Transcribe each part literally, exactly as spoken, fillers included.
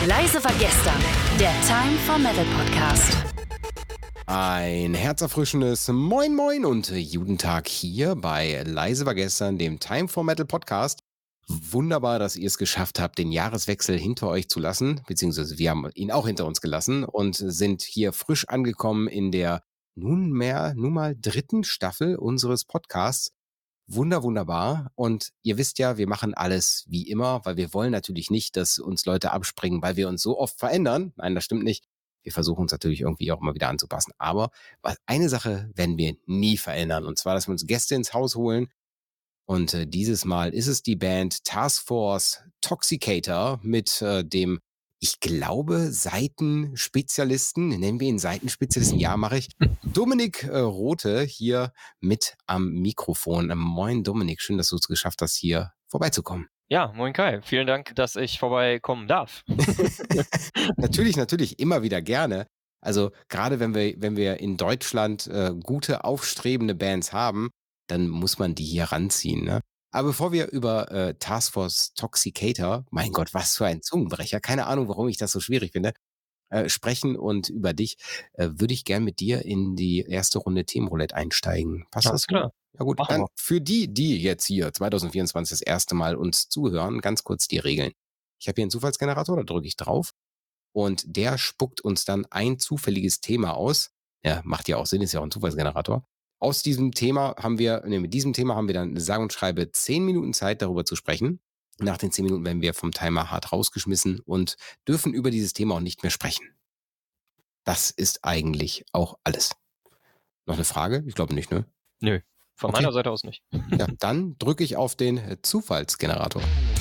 Leise war gestern, der Time for Metal Podcast. Ein herzerfrischendes Moin Moin und Judentag hier bei Leise war gestern, dem Time for Metal Podcast. Wunderbar, dass ihr es geschafft habt, den Jahreswechsel hinter euch zu lassen, beziehungsweise wir haben ihn auch hinter uns gelassen und sind hier frisch angekommen in der nunmehr, nun mal dritten Staffel unseres Podcasts. Wunder, wunderbar. Und ihr wisst ja, wir machen alles wie immer, weil wir wollen natürlich nicht, dass uns Leute abspringen, weil wir uns so oft verändern. Nein, das stimmt nicht. Wir versuchen uns natürlich irgendwie auch immer wieder anzupassen. Aber eine Sache werden wir nie verändern. Und zwar, dass wir uns Gäste ins Haus holen. Und äh, dieses Mal ist es die Band Task Force Toxicator mit äh, dem, ich glaube, Seitenspezialisten, nennen wir ihn Seitenspezialisten, ja, mache ich, Dominik äh, Rothe hier mit am Mikrofon. Moin Dominik, schön, dass du es geschafft hast, hier vorbeizukommen. Ja, moin Kai, vielen Dank, dass ich vorbeikommen darf. Natürlich, natürlich, immer wieder gerne. Also gerade wenn wir, wenn wir in Deutschland äh, gute, aufstrebende Bands haben, dann muss man die hier ranziehen, ne? Aber bevor wir über äh, Task Force Toxicator, mein Gott, was für ein Zungenbrecher, keine Ahnung, warum ich das so schwierig finde, äh, sprechen und über dich, äh, würde ich gern mit dir in die erste Runde Themenroulette einsteigen. Passt Alles das? klar. Ja gut, Machen dann wir. für die, die jetzt hier zwanzig vierundzwanzig das erste Mal uns zuhören, ganz kurz die Regeln. Ich habe hier einen Zufallsgenerator, da drücke ich drauf und der spuckt uns dann ein zufälliges Thema aus. Ja, macht ja auch Sinn, ist ja auch ein Zufallsgenerator. Aus diesem Thema haben wir, nee, mit diesem Thema haben wir dann sage und schreibe zehn Minuten Zeit, darüber zu sprechen. Nach den zehn Minuten werden wir vom Timer hart rausgeschmissen und dürfen über dieses Thema auch nicht mehr sprechen. Das ist eigentlich auch alles. Noch eine Frage? Ich glaube nicht, ne? Nö, von Okay. meiner Seite aus nicht. Ja, dann drücke ich auf den äh, Zufallsgenerator.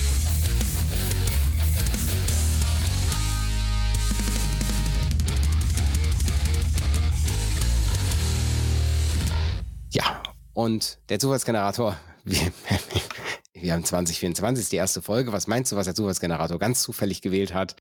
Ja, und der Zufallsgenerator, wir, wir haben zwanzig vierundzwanzig, ist die erste Folge. Was meinst du, was der Zufallsgenerator ganz zufällig gewählt hat?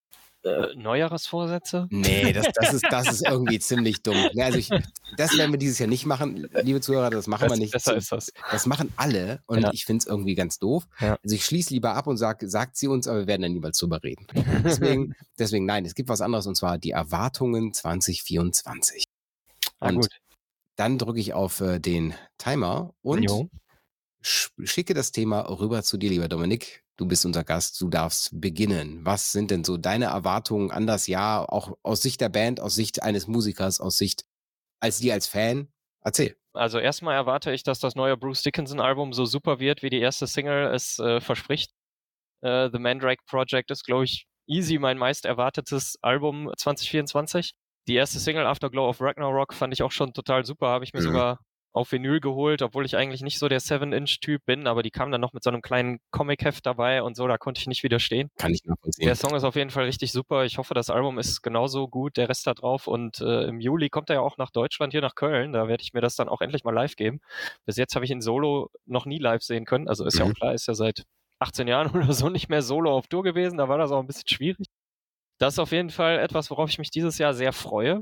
Äh, Neujahresvorsätze? Nee, das, das, ist, das ist irgendwie ziemlich dumm. Ja, also ich, das werden wir dieses Jahr nicht machen, liebe Zuhörer, das machen wir Bess- nicht. Besser ist das. Das machen alle und Ja. ich finde es irgendwie ganz doof. Ja. Also ich schließe lieber ab und sage, sagt sie uns, aber wir werden dann niemals drüber reden. Deswegen, deswegen nein, es gibt was anderes und zwar die Erwartungen zwanzig vierundzwanzig. Ah, Und gut. dann drücke ich auf äh, den Timer und Jo. sch- schicke das Thema rüber zu dir, lieber Dominik. Du bist unser Gast, du darfst beginnen. Was sind denn so deine Erwartungen an das Jahr, auch aus Sicht der Band, aus Sicht eines Musikers, aus Sicht als dir als Fan? Erzähl. Also erstmal erwarte ich, dass das neue Bruce Dickinson-Album so super wird, wie die erste Single es äh, verspricht. Äh, The Mandrake Project ist, glaube ich, easy mein meist erwartetes Album zwanzig vierundzwanzig. Die erste Single Afterglow of Ragnarok fand ich auch schon total super, habe ich mir Mhm. sogar auf Vinyl geholt, obwohl ich eigentlich nicht so der Seven-Inch-Typ bin, aber die kam dann noch mit so einem kleinen Comic-Heft dabei und so, da konnte ich nicht widerstehen. Kann ich nachvollziehen. Der Song ist auf jeden Fall richtig super. Ich hoffe, das Album ist genauso gut, der Rest da drauf. Und äh, im Juli kommt er ja auch nach Deutschland, hier nach Köln. Da werde ich mir das dann auch endlich mal live geben. Bis jetzt habe ich ihn solo noch nie live sehen können. Also ist ja Mhm. auch klar, ist ja seit achtzehn Jahren oder so nicht mehr solo auf Tour gewesen. Da war das auch ein bisschen schwierig. Das ist auf jeden Fall etwas, worauf ich mich dieses Jahr sehr freue.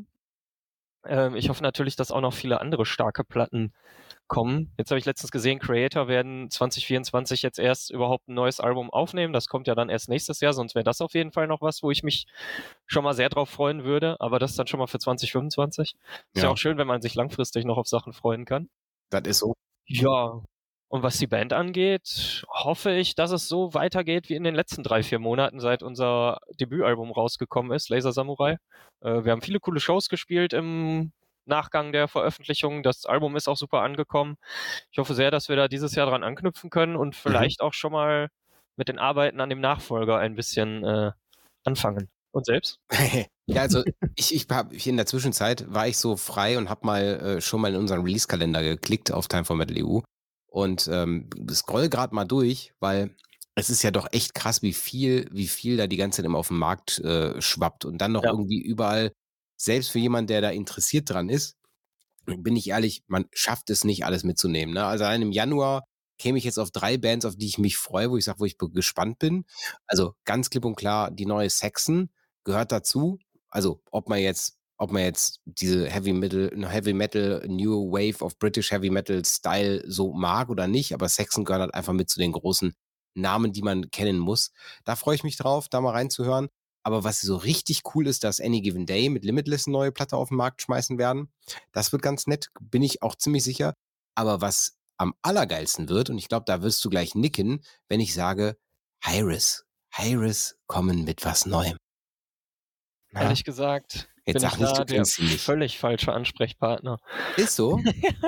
Ähm, ich hoffe natürlich, dass auch noch viele andere starke Platten kommen. Jetzt habe ich letztens gesehen, Creator werden zwanzig vierundzwanzig jetzt erst überhaupt ein neues Album aufnehmen. Das kommt ja dann erst nächstes Jahr, sonst wäre das auf jeden Fall noch was, wo ich mich schon mal sehr drauf freuen würde. Aber das dann schon mal für zwanzig fünfundzwanzig. Ist ja Ja. auch schön, wenn man sich langfristig noch auf Sachen freuen kann. Das ist so. Ja. Und was die Band angeht, hoffe ich, dass es so weitergeht wie in den letzten drei, vier Monaten, seit unser Debütalbum rausgekommen ist, Laser Samurai. Äh, wir haben viele coole Shows gespielt im Nachgang der Veröffentlichung. Das Album ist auch super angekommen. Ich hoffe sehr, dass wir da dieses Jahr dran anknüpfen können und vielleicht auch schon mal mit den Arbeiten an dem Nachfolger ein bisschen äh, anfangen. Und selbst? Ja, also ich, ich habe in der Zwischenzeit war ich so frei und habe mal äh, schon mal in unseren Release-Kalender geklickt auf Time for Metal E U und ähm, scroll gerade mal durch, weil es ist ja doch echt krass, wie viel, wie viel da die ganze Zeit immer auf den Markt äh, schwappt und dann noch Ja. irgendwie überall, selbst für jemanden, der da interessiert dran ist, bin ich ehrlich, man schafft es nicht, alles mitzunehmen. Ne? Also allein im Januar käme ich jetzt auf drei Bands, auf die ich mich freue, wo ich sage, wo ich be- gespannt bin. Also ganz klipp und klar, die neue Saxon gehört dazu. Also ob man jetzt, ob man jetzt diese Heavy Metal, Heavy Metal, New Wave of British Heavy Metal Style so mag oder nicht, aber Saxon gehört halt einfach mit zu den großen Namen, die man kennen muss. Da freue ich mich drauf, da mal reinzuhören. Aber was so richtig cool ist, dass Any Given Day mit Limitless eine neue Platte auf den Markt schmeißen werden. Das wird ganz nett, bin ich auch ziemlich sicher. Aber was am allergeilsten wird, und ich glaube, da wirst du gleich nicken, wenn ich sage, Hi-Res. Hi-Res kommen mit was Neuem. Na? Ehrlich gesagt, Jetzt bin sag ich nicht, da du der kennst ihn nicht. völlig falsche Ansprechpartner. Ist so?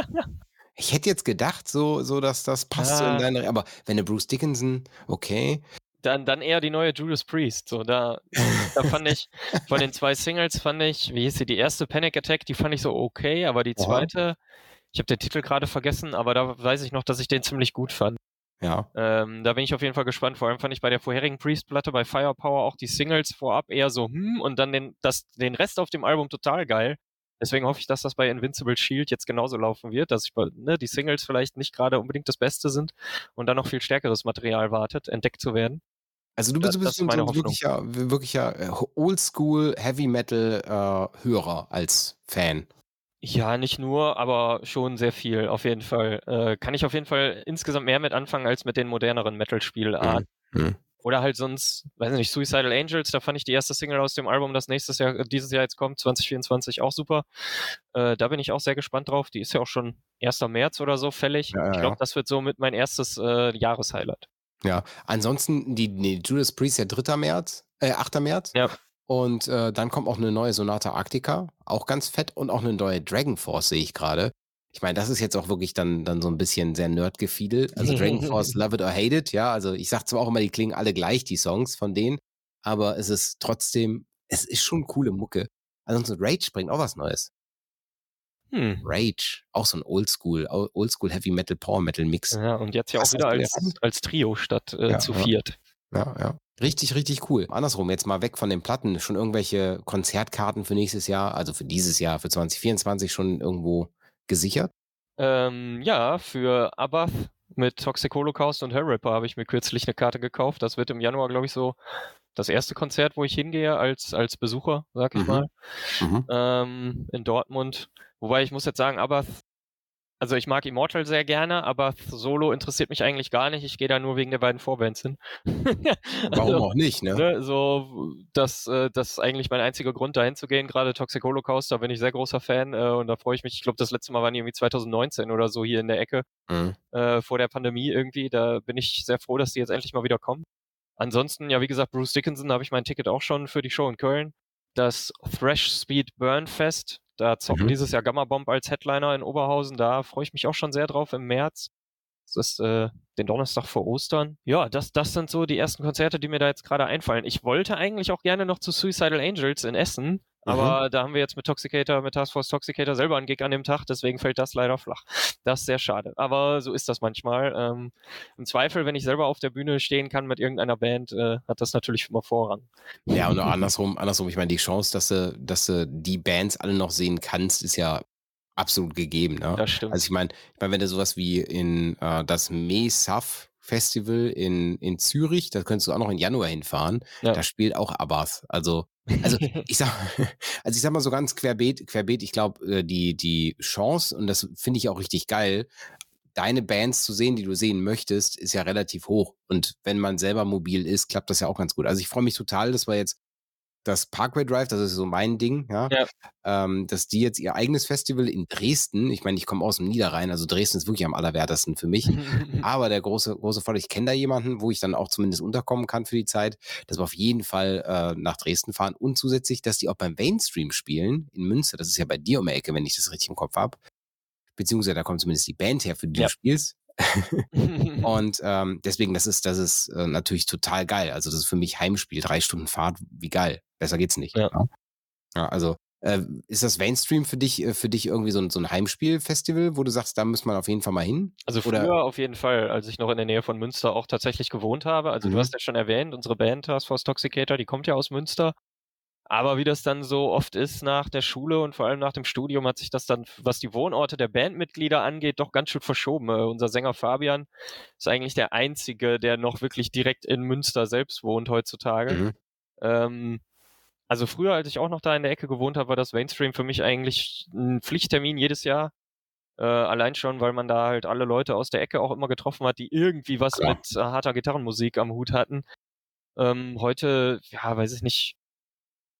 Ich hätte jetzt gedacht, so, so dass das passt so in Ja. deine. Aber wenn du Bruce Dickinson, okay. Dann, dann eher die neue Judas Priest. So, da, da fand ich, von den zwei Singles fand ich, wie hieß sie, die erste Panic Attack, die fand ich so okay, aber die Aha. zweite, ich habe den Titel gerade vergessen, aber da weiß ich noch, dass ich den ziemlich gut fand. Ja. Ähm, da bin ich auf jeden Fall gespannt. Vor allem fand ich bei der vorherigen Priest-Platte bei Firepower auch die Singles vorab eher so, hm, und dann den, das, den Rest auf dem Album total geil. Deswegen hoffe ich, dass das bei Invincible Shield jetzt genauso laufen wird, dass ich, ne, die Singles vielleicht nicht gerade unbedingt das Beste sind und dann noch viel stärkeres Material wartet, entdeckt zu werden. Also du bist, Das- du das bist ist meine so ein Hoffnung. wirklicher, wirklicher äh, Oldschool Heavy Metal äh, Hörer als Fan. Ja, nicht nur, aber schon sehr viel, auf jeden Fall. Äh, kann ich auf jeden Fall insgesamt mehr mit anfangen als mit den moderneren Metal-Spielarten. Mhm. Oder halt sonst, weiß nicht, Suicidal Angels, da fand ich die erste Single aus dem Album, das nächstes Jahr, dieses Jahr jetzt kommt, zwanzig vierundzwanzig, auch super. Äh, da bin ich auch sehr gespannt drauf. Die ist ja auch schon erster März oder so fällig. Ja, ja, ich glaube, ja. das wird somit mein erstes äh, Jahreshighlight. Ja, ansonsten die, die Judas Priest ja dritter März, äh, achter März. Ja. Und äh, dann kommt auch eine neue Sonata Arctica, auch ganz fett, und auch eine neue Dragon Force sehe ich gerade. Ich meine, das ist jetzt auch wirklich dann, dann so ein bisschen sehr Nerd-gefiedelt. Also Dragon Force, Love It or Hate It, ja. Also ich sag zwar auch immer, die klingen alle gleich, die Songs von denen, aber es ist trotzdem, es ist schon coole Mucke. Ansonsten Rage bringt auch was Neues. Hm. Rage, auch so ein Oldschool, Oldschool Heavy Metal, Power Metal Mix. Ja, und jetzt ja auch Hast du wieder das als, als Trio statt äh, Ja, zu ja. viert. Ja, ja. Richtig, richtig cool. Andersrum, jetzt mal weg von den Platten. Schon irgendwelche Konzertkarten für nächstes Jahr, also für dieses Jahr, für zwanzig vierundzwanzig schon irgendwo gesichert? Ähm, ja, für Abath mit Toxic Holocaust und Hellripper habe ich mir kürzlich eine Karte gekauft. Das wird im Januar, glaube ich, so das erste Konzert, wo ich hingehe als, als Besucher, sag ich Mhm. mal, Mhm. ähm, in Dortmund. Wobei ich muss jetzt sagen, Abath, also ich mag Immortal sehr gerne, aber Solo interessiert mich eigentlich gar nicht. Ich gehe da nur wegen der beiden Vorbands hin. Warum Also, auch nicht, ne? ne, so, das, äh, das ist eigentlich mein einziger Grund, da hinzugehen. Gerade Toxic Holocaust, da bin ich sehr großer Fan äh, und da freue ich mich. Ich glaube, das letzte Mal waren die irgendwie zwanzig neunzehn oder so hier in der Ecke, Mhm. äh, vor der Pandemie irgendwie. Da bin ich sehr froh, dass die jetzt endlich mal wieder kommen. Ansonsten, ja, wie gesagt, Bruce Dickinson, da habe ich mein Ticket auch schon für die Show in Köln. Das Thrash Speed Burn Fest, da zocken Mhm. dieses Jahr Gamma Bomb als Headliner in Oberhausen. Da freue ich mich auch schon sehr drauf im März. Das ist äh, den Donnerstag vor Ostern. Ja, das, das sind so die ersten Konzerte, die mir da jetzt gerade einfallen. Ich wollte eigentlich auch gerne noch zu Suicidal Angels in Essen, aber da haben wir jetzt mit Toxicator, mit Task Force Toxicator selber einen Gig an dem Tag, deswegen fällt das leider flach. Das ist sehr schade. Aber so ist das manchmal. Ähm, Im Zweifel, wenn ich selber auf der Bühne stehen kann mit irgendeiner Band, äh, hat das natürlich immer Vorrang. Ja, und andersrum, andersrum, ich meine, die Chance, dass du, dass du die Bands alle noch sehen kannst, ist ja absolut gegeben, ne? Das stimmt. Also ich meine, ich meine, wenn du sowas wie in äh, das Mesaf Festival in, in Zürich, da könntest du auch noch im Januar hinfahren, Ja. da spielt auch Abath. Also, also ich sag, also ich sag mal so ganz querbeet, querbeet, ich glaube, die, die Chance, und das finde ich auch richtig geil, deine Bands zu sehen, die du sehen möchtest, ist ja relativ hoch. Und wenn man selber mobil ist, klappt das ja auch ganz gut. Also ich freue mich total, dass wir jetzt das Parkway Drive, das ist so mein Ding, ja, Ja. ähm, dass die jetzt ihr eigenes Festival in Dresden, ich meine, ich komme aus dem Niederrhein, also Dresden ist wirklich am allerwertesten für mich, aber der große, große Vorteil, ich kenne da jemanden, wo ich dann auch zumindest unterkommen kann für die Zeit, dass wir auf jeden Fall äh, nach Dresden fahren und zusätzlich, dass die auch beim Mainstream spielen in Münster, das ist ja bei dir um die Ecke, wenn ich das richtig im Kopf habe, beziehungsweise da kommt zumindest die Band her, für die Ja. du spielst. Und ähm, deswegen, das ist, das ist äh, natürlich total geil. Also das ist für mich Heimspiel, drei Stunden Fahrt, wie geil. Besser geht's nicht. Ja. Ja, ja also äh, ist das Mainstream für dich, äh, für dich irgendwie so ein, so ein Heimspiel-Festival, wo du sagst, da muss man auf jeden Fall mal hin? Also Oder- früher auf jeden Fall, als ich noch in der Nähe von Münster auch tatsächlich gewohnt habe. Also Mhm. du hast ja schon erwähnt, unsere Band Task Force Toxicator, die kommt ja aus Münster. Aber wie das dann so oft ist nach der Schule und vor allem nach dem Studium, hat sich das dann, was die Wohnorte der Bandmitglieder angeht, doch ganz schön verschoben. Äh, unser Sänger Fabian ist eigentlich der Einzige, der noch wirklich direkt in Münster selbst wohnt heutzutage. Mhm. Ähm, also früher, als ich auch noch da in der Ecke gewohnt habe, war das Mainstream für mich eigentlich ein Pflichttermin jedes Jahr. Äh, allein schon, weil man da halt alle Leute aus der Ecke auch immer getroffen hat, die irgendwie was Klar. mit äh, harter Gitarrenmusik am Hut hatten. Ähm, heute, ja, weiß ich nicht,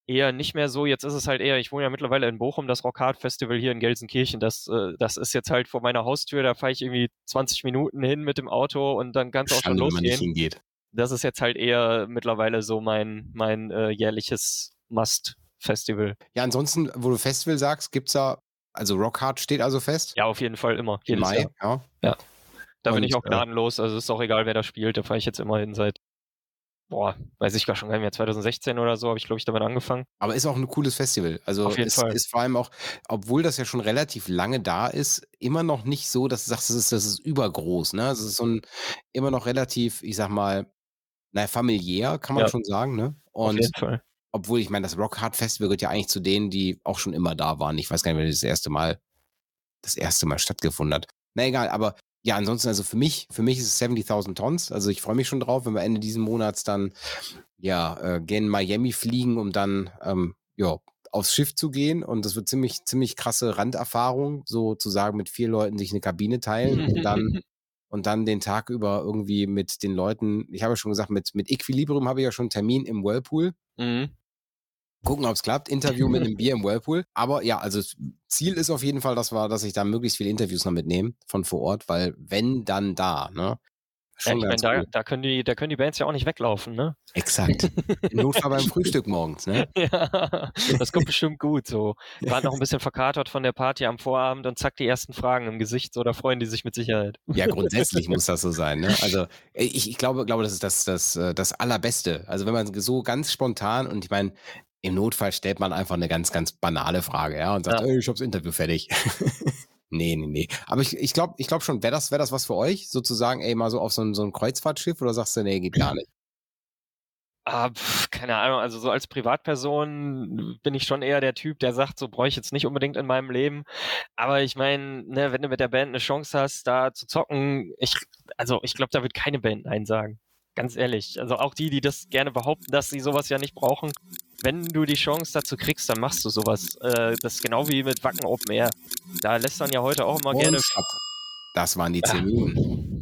eher nicht mehr so. Jetzt ist es halt eher, ich wohne ja mittlerweile in Bochum, das Rock Hard Festival hier in Gelsenkirchen, das, äh, das ist jetzt halt vor meiner Haustür, da fahre ich irgendwie zwanzig Minuten hin mit dem Auto und dann kann es auch schon Schande, wenn man nicht losgehen. hingeht. Das ist jetzt halt eher mittlerweile so mein, mein äh, jährliches Must-Festival. Ja, ansonsten, wo du Festival sagst, gibt's da, also Rock Hard steht also fest? Ja, auf jeden Fall immer, Im jedes Mai, Jahr. ja. Ja. Da bin Und, ich auch äh, gnadenlos, also ist auch egal, wer da spielt, da fahre ich jetzt immer hin seit, boah, weiß ich gar schon gar nicht mehr, zwanzig sechzehn oder so habe ich, glaube ich, damit angefangen. Aber ist auch ein cooles Festival. Also Auf jeden es Fall. ist vor allem auch, obwohl das ja schon relativ lange da ist, immer noch nicht so, dass du sagst, das ist, das ist übergroß. Ne? Also es ist so ein immer noch relativ, ich sag mal, naja, familiär, kann man Ja, schon sagen. Ne? auf Und jeden Fall. obwohl, ich meine, das Rock Hard Festival gehört ja eigentlich zu denen, die auch schon immer da waren. Ich weiß gar nicht, wer das erste Mal, das erste Mal stattgefunden hat. Na egal, aber ja, ansonsten, also für mich, für mich ist es siebzigtausend Tons. Also ich freue mich schon drauf, wenn wir Ende diesen Monats dann ja äh, gen Miami fliegen, um dann ähm, ja, aufs Schiff zu gehen. Und das wird ziemlich, ziemlich krasse Randerfahrung, sozusagen mit vier Leuten sich eine Kabine teilen und dann und dann den Tag über irgendwie mit den Leuten, ich habe ja schon gesagt, mit, mit Equilibrium habe ich ja schon einen Termin im Whirlpool. Mhm. Gucken, ob es klappt. Interview mit einem Bier im Whirlpool. Aber ja, also das Ziel ist auf jeden Fall, dass, wir, dass ich da möglichst viele Interviews noch mitnehme von vor Ort, weil wenn, dann da. Ne? Ja, Schon ich meine, ganz da, cool. da, können die, da können die Bands ja auch nicht weglaufen, ne? Exakt. Im Notfall beim Frühstück morgens, ne? Ja, das kommt bestimmt gut. So, gerade noch ein bisschen verkatert von der Party am Vorabend und zack, die ersten Fragen im Gesicht, so, da freuen die sich mit Sicherheit. Ja, grundsätzlich muss das so sein. Ne? Also ich, ich glaube, glaube, das ist das, das, äh, das Allerbeste. Also wenn man so ganz spontan und ich meine, im Notfall stellt man einfach eine ganz, ganz banale Frage, ja, und sagt, Ja. ey, ich hab's Interview fertig. nee, nee, nee. Aber ich, ich glaube, ich glaube schon, wäre das, wär das was für euch, sozusagen, ey, mal so auf so ein, so ein Kreuzfahrtschiff oder sagst du, nee, geht gar nicht? Ah, pf, keine Ahnung, also so als Privatperson bin ich schon eher der Typ, der sagt, so brauche ich jetzt nicht unbedingt in meinem Leben. Aber ich meine, ne, wenn du mit der Band eine Chance hast, da zu zocken, ich, also ich glaube, da wird keine Band Nein sagen. Ganz ehrlich. Also auch die, die das gerne behaupten, dass sie sowas ja nicht brauchen. Wenn du die Chance dazu kriegst, dann machst du sowas. Äh, das ist genau wie mit Wacken Open Air. Da lässt man ja heute auch immer Und gerne. stopp. Das waren die zehn Ah. Minuten.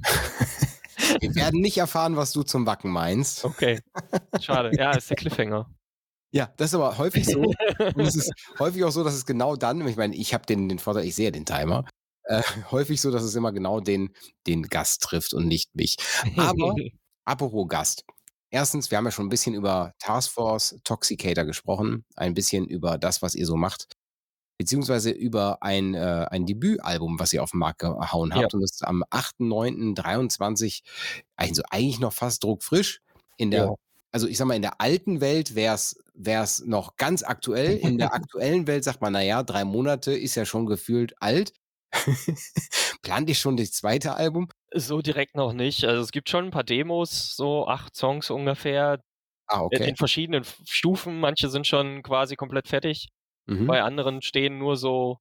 Wir werden nicht erfahren, was du zum Wacken meinst. Okay, schade. Ja, ist der Cliffhanger. Ja, das ist aber häufig so. Und es ist häufig auch so, dass es genau dann, ich meine, ich habe den, den Vorteil, ich sehe den Timer, äh, häufig so, dass es immer genau den, den Gast trifft und nicht mich. Aber apropos Gast. Erstens, wir haben ja schon ein bisschen über Taskforce Toxicator gesprochen, ein bisschen über das, was ihr so macht, beziehungsweise über ein, äh, ein Debütalbum, was ihr auf den Markt gehauen habt. Ja. Und das ist am achten neunten dreiundzwanzig, also eigentlich noch fast druckfrisch. In der, Ja. also ich sag mal, in der alten Welt wäre es noch ganz aktuell. In der aktuellen Welt sagt man, naja, drei Monate ist ja schon gefühlt alt. Plant ihr schon das zweite Album? So direkt noch nicht. Also es gibt schon ein paar Demos, so acht Songs ungefähr, Ah, in okay. in verschiedenen F- Stufen. Manche sind schon quasi komplett fertig. Mhm. Bei anderen stehen nur so,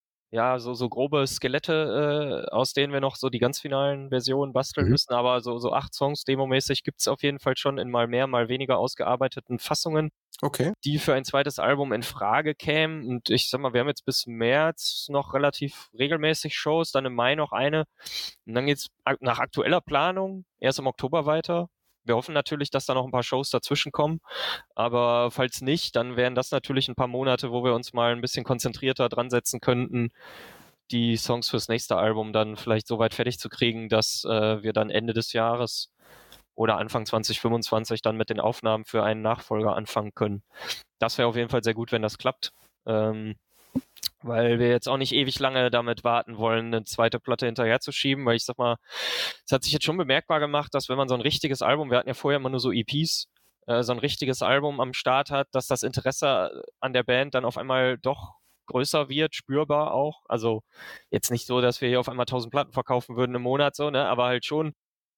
ja, so, so grobe Skelette, äh, aus denen wir noch so die ganz finalen Versionen basteln Mhm. müssen. Aber so, so acht Songs demomäßig gibt es auf jeden Fall schon in mal mehr, mal weniger ausgearbeiteten Fassungen, Okay. die für ein zweites Album in Frage kämen. Und ich sag mal, wir haben jetzt bis März noch relativ regelmäßig Shows, dann im Mai noch eine. Und dann geht's ak- nach aktueller Planung erst im Oktober weiter. Wir hoffen natürlich, dass da noch ein paar Shows dazwischen kommen. Aber falls nicht, dann wären das natürlich ein paar Monate, wo wir uns mal ein bisschen konzentrierter dran setzen könnten, die Songs fürs nächste Album dann vielleicht so weit fertig zu kriegen, dass äh, wir dann Ende des Jahres oder Anfang zwanzig fünfundzwanzig dann mit den Aufnahmen für einen Nachfolger anfangen können. Das wäre auf jeden Fall sehr gut, wenn das klappt. Ähm, weil wir jetzt auch nicht ewig lange damit warten wollen, eine zweite Platte hinterherzuschieben, weil ich sag mal, es hat sich jetzt schon bemerkbar gemacht, dass wenn man so ein richtiges Album, wir hatten ja vorher immer nur so E Ps, äh, so ein richtiges Album am Start hat, dass das Interesse an der Band dann auf einmal doch größer wird, spürbar auch. Also jetzt nicht so, dass wir hier auf einmal tausend Platten verkaufen würden im Monat, so, ne, aber halt schon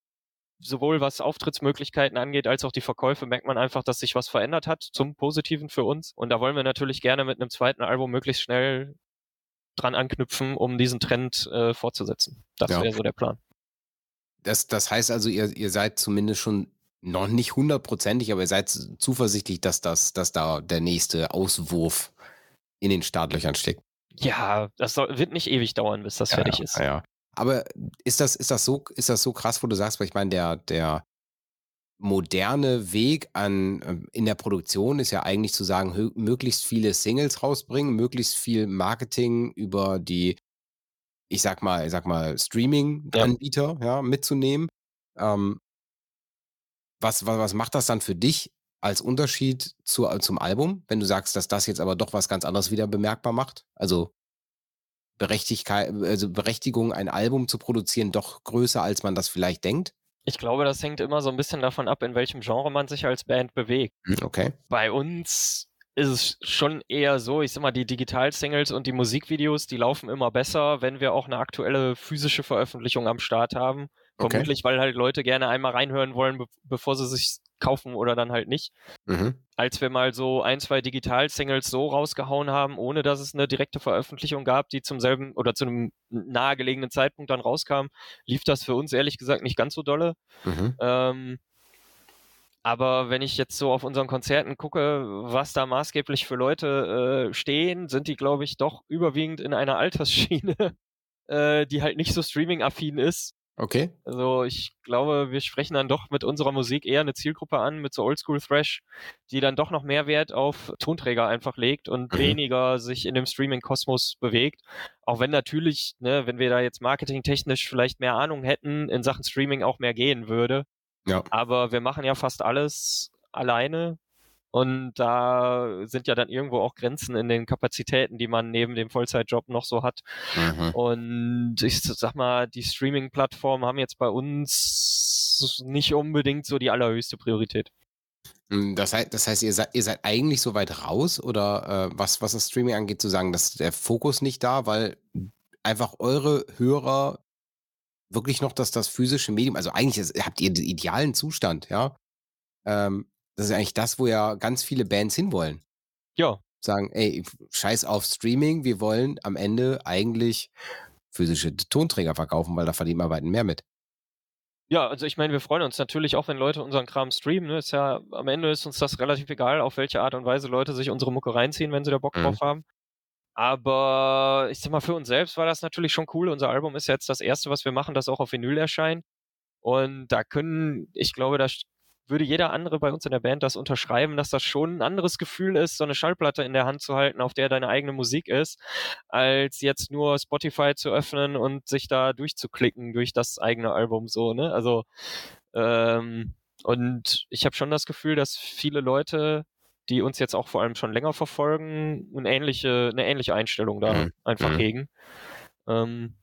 sowohl was Auftrittsmöglichkeiten angeht, als auch die Verkäufe, merkt man einfach, dass sich was verändert hat zum Positiven für uns. Und da wollen wir natürlich gerne mit einem zweiten Album möglichst schnell dran anknüpfen, um diesen Trend äh, fortzusetzen. Das Ja. wäre so der Plan. Das, das heißt also, ihr, ihr seid zumindest schon noch nicht hundertprozentig, aber ihr seid zuversichtlich, dass, das, dass da der nächste Auswurf in den Startlöchern steckt. Ja, das soll, wird nicht ewig dauern, bis das fertig ja, ist. Ja. Aber ist das, ist das so, ist das so krass, wo du sagst, weil ich meine, der, der, moderne Weg an äh, in der Produktion ist ja eigentlich zu sagen, hö- möglichst viele Singles rausbringen, möglichst viel Marketing über die, ich sag mal, ich sag mal, Ja. Streaming-Anbieter, ja, mitzunehmen. Ähm, was, was, was macht das dann für dich als Unterschied zu, zum Album, wenn du sagst, dass das jetzt aber doch was ganz anderes wieder bemerkbar macht? Also Berechtigkeit, also Berechtigung, ein Album zu produzieren, doch größer, als man das vielleicht denkt? Ich glaube, das hängt immer so ein bisschen davon ab, in welchem Genre man sich als Band bewegt. Hm, okay. Bei uns ist es schon eher so, ich sag mal, die Digital-Singles und die Musikvideos, die laufen immer besser, wenn wir auch eine aktuelle physische Veröffentlichung am Start haben. Okay. Vermutlich, weil halt Leute gerne einmal reinhören wollen, be bevor sie sich kaufen oder dann halt nicht. Mhm. Als wir mal so ein, zwei Digital-Singles so rausgehauen haben, ohne dass es eine direkte Veröffentlichung gab, die zum selben oder zu einem nahegelegenen Zeitpunkt dann rauskam, lief das für uns ehrlich gesagt nicht ganz so dolle. Mhm. Ähm, aber wenn ich jetzt so auf unseren Konzerten gucke, was da maßgeblich für Leute äh, stehen, sind die, glaube ich, doch überwiegend in einer Altersschiene, äh, die halt nicht so streaming-affin ist. Okay. Also ich glaube, wir sprechen dann doch mit unserer Musik eher eine Zielgruppe an, mit so Oldschool-Thrash, die dann doch noch mehr Wert auf Tonträger einfach legt und Mhm. weniger sich in dem Streaming-Kosmos bewegt. Auch wenn natürlich, ne, wenn wir da jetzt marketingtechnisch vielleicht mehr Ahnung hätten, in Sachen Streaming auch mehr gehen würde. Ja. Aber wir machen ja fast alles alleine und da sind ja dann irgendwo auch Grenzen in den Kapazitäten, die man neben dem Vollzeitjob noch so hat. Mhm. Und ich sag mal, die Streaming-Plattformen haben jetzt bei uns nicht unbedingt so die allerhöchste Priorität. Mm, Das heißt, das heißt, ihr seid, ihr seid eigentlich so weit raus oder äh, was, was das Streaming angeht, zu sagen, dass der Fokus nicht da, weil einfach eure Hörer wirklich noch das, das physische Medium, also eigentlich ist, habt ihr den idealen Zustand, ja. Ähm, das ist eigentlich das, wo ja ganz viele Bands hinwollen. Ja, Sagen, ey, scheiß auf Streaming, wir wollen am Ende eigentlich physische Tonträger verkaufen, weil da verdient man weit mehr mit. ja, also ich meine, wir freuen uns natürlich auch, wenn Leute unseren Kram streamen. Ne? Ist ja, am Ende ist uns das relativ egal, auf welche Art und Weise Leute sich unsere Mucke reinziehen, wenn sie da Bock Mhm. drauf haben. Aber ich sag mal, für uns selbst war das natürlich schon cool. Unser Album ist jetzt das erste, was wir machen, das auch auf Vinyl erscheint. Und da können, ich glaube, da sch- würde jeder andere bei uns in der Band das unterschreiben, dass das schon ein anderes Gefühl ist, so eine Schallplatte in der Hand zu halten, auf der deine eigene Musik ist, als jetzt nur Spotify zu öffnen und sich da durchzuklicken durch das eigene Album so, ne? Also, ähm, und ich habe schon das Gefühl, dass viele Leute, die uns jetzt auch vor allem schon länger verfolgen, eine ähnliche, eine ähnliche Einstellung da Mhm. einfach Mhm. hegen. Ähm,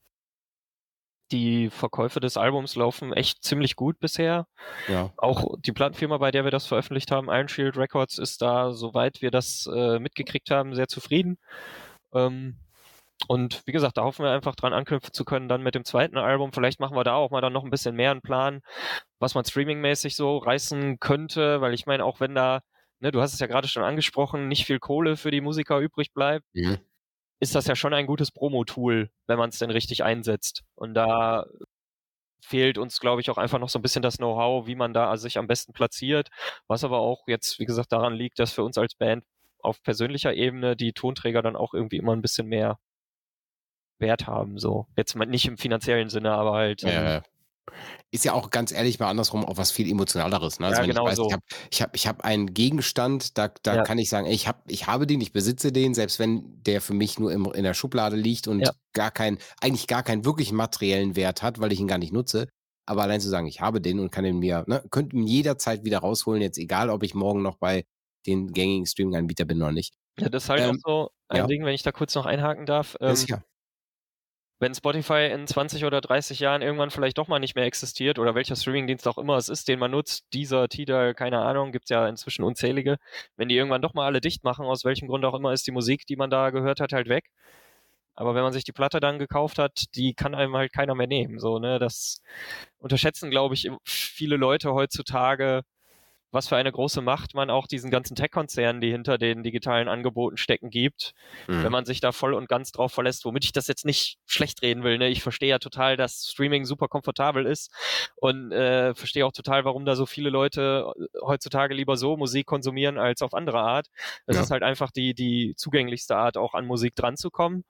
die Verkäufe des Albums laufen echt ziemlich gut bisher. Ja. Auch die Plattenfirma, bei der wir das veröffentlicht haben, Iron Shield Records, ist da, soweit wir das äh, mitgekriegt haben, sehr zufrieden. Ähm, und wie gesagt, da hoffen wir einfach dran anknüpfen zu können, dann mit dem zweiten Album. Vielleicht machen wir da auch mal dann noch ein bisschen mehr einen Plan, was man streamingmäßig so reißen könnte, weil ich meine, auch wenn da, ne, du hast es ja gerade schon angesprochen, nicht viel Kohle für die Musiker übrig bleibt, Mhm. ist das ja schon ein gutes Promo-Tool, wenn man es denn richtig einsetzt. Und da fehlt uns, glaube ich, auch einfach noch so ein bisschen das Know-how, wie man da sich am besten platziert, was aber auch jetzt, wie gesagt, daran liegt, dass für uns als Band auf persönlicher Ebene die Tonträger dann auch irgendwie immer ein bisschen mehr Wert haben, so. Jetzt mal nicht im finanziellen Sinne, aber halt, ähm, Ja, ist ja auch ganz ehrlich mal andersrum auch was viel Emotionaleres. Ne? Also ja, wenn ich genau weiß, so. ich habe ich hab, ich hab einen Gegenstand, da, da Ja. kann ich sagen, ey, ich, hab, ich habe den, ich besitze den, selbst wenn der für mich nur im, in der Schublade liegt und Ja. gar kein, eigentlich gar keinen wirklich materiellen Wert hat, weil ich ihn gar nicht nutze. Aber allein zu sagen, ich habe den und kann ihn mir, ne, könnte ihn jederzeit wieder rausholen, jetzt egal, ob ich morgen noch bei den gängigen Streaming-Anbietern bin oder nicht. Ja, das ist halt auch Ähm, so ein ja, Ding, wenn ich da kurz noch einhaken darf. ja, Ähm, sicher. wenn Spotify in zwanzig oder dreißig Jahren irgendwann vielleicht doch mal nicht mehr existiert oder welcher Streamingdienst auch immer es ist, den man nutzt, dieser, Tidal, keine Ahnung, gibt's ja inzwischen unzählige. Wenn die irgendwann doch mal alle dicht machen, aus welchem Grund auch immer, ist die Musik, die man da gehört hat, halt weg. Aber wenn man sich die Platte dann gekauft hat, die kann einem halt keiner mehr nehmen. So, ne? Das unterschätzen, glaube ich, viele Leute heutzutage, was für eine große Macht man auch diesen ganzen Tech-Konzernen, die hinter den digitalen Angeboten stecken, gibt, Mhm. wenn man sich da voll und ganz drauf verlässt, womit ich das jetzt nicht schlecht reden will. Ne? Ich verstehe ja total, dass Streaming super komfortabel ist und äh, verstehe auch total, warum da so viele Leute heutzutage lieber so Musik konsumieren als auf andere Art. Es Ja. ist halt einfach die, die zugänglichste Art, auch an Musik dran zu kommen.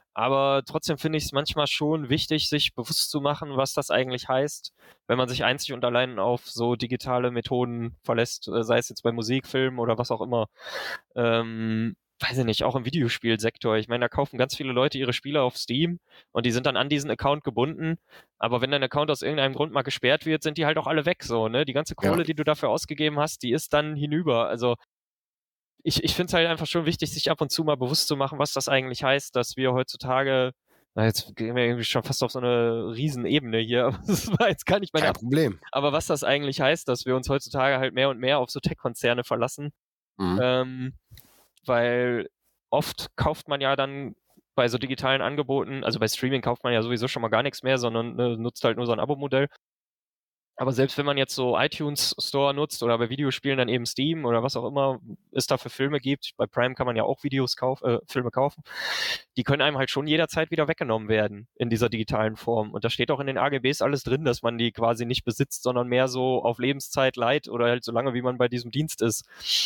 Aber trotzdem finde ich es manchmal schon wichtig, sich bewusst zu machen, was das eigentlich heißt, wenn man sich einzig und allein auf so digitale Methoden verlässt, äh, sei es jetzt bei Musik, Film oder was auch immer. Ähm, weiß ich nicht, auch im Videospielsektor. Ich meine, da kaufen ganz viele Leute ihre Spiele auf Steam und die sind dann an diesen Account gebunden. Aber wenn dein Account aus irgendeinem Grund mal gesperrt wird, sind die halt auch alle weg so, ne? Die ganze Kohle, Ja. die du dafür ausgegeben hast, die ist dann hinüber. Also ich, ich finde es halt einfach schon wichtig, sich ab und zu mal bewusst zu machen, was das eigentlich heißt, dass wir heutzutage, na, jetzt gehen wir irgendwie schon fast auf so eine Riesenebene hier, aber das war jetzt gar nicht meine Kein Ab Problem. aber was das eigentlich heißt, dass wir uns heutzutage halt mehr und mehr auf so Tech-Konzerne verlassen, Mhm. ähm, weil oft kauft man ja dann bei so digitalen Angeboten, also bei Streaming kauft man ja sowieso schon mal gar nichts mehr, sondern ne, nutzt halt nur so ein Abo-Modell. Aber selbst wenn man jetzt so iTunes Store nutzt oder bei Videospielen dann eben Steam oder was auch immer es da für Filme gibt, bei Prime kann man ja auch Videos kauf, äh, Filme kaufen, die können einem halt schon jederzeit wieder weggenommen werden in dieser digitalen Form. Und da steht auch in den A G Bs alles drin, dass man die quasi nicht besitzt, sondern mehr so auf Lebenszeit leiht oder halt so lange, wie man bei diesem Dienst ist.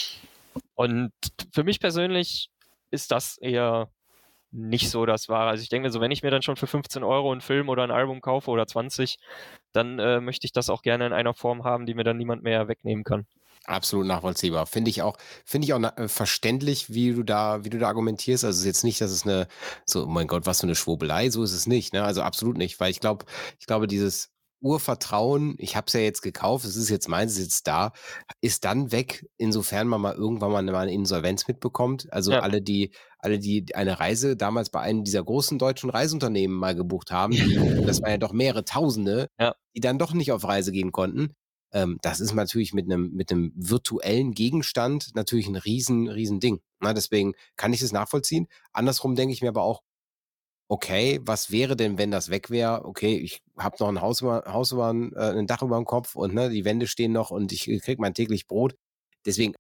Und für mich persönlich ist das eher nicht so das Wahre. Also ich denke mir so, wenn ich mir dann schon für fünfzehn Euro einen Film oder ein Album kaufe oder zwanzig, dann äh, möchte ich das auch gerne in einer Form haben, die mir dann niemand mehr wegnehmen kann. Absolut nachvollziehbar. Finde ich auch, finde ich auch na, äh, verständlich, wie du da, wie du da argumentierst. Also es ist jetzt nicht, dass es eine, so, oh mein Gott, was für eine Schwurbelei, so ist es nicht, ne? Also absolut nicht, weil ich glaube, ich glaube, dieses Urvertrauen, ich habe es ja jetzt gekauft, es ist jetzt meins, es ist jetzt da, ist dann weg, insofern man mal irgendwann mal eine, eine Insolvenz mitbekommt. Also Ja. alle, die, alle, die eine Reise damals bei einem dieser großen deutschen Reiseunternehmen mal gebucht haben, die, das waren ja doch mehrere Tausende, Ja. die dann doch nicht auf Reise gehen konnten. Ähm, das ist natürlich mit einem mit einem virtuellen Gegenstand natürlich ein riesen, riesen Ding. Na, deswegen kann ich das nachvollziehen. Andersrum denke ich mir aber auch, okay, was wäre denn, wenn das weg wäre? Okay, ich habe noch ein Haus über, Haus über ein, äh, ein Dach über dem Kopf und ne, die Wände stehen noch und ich kriege mein täglich Brot. Deswegen,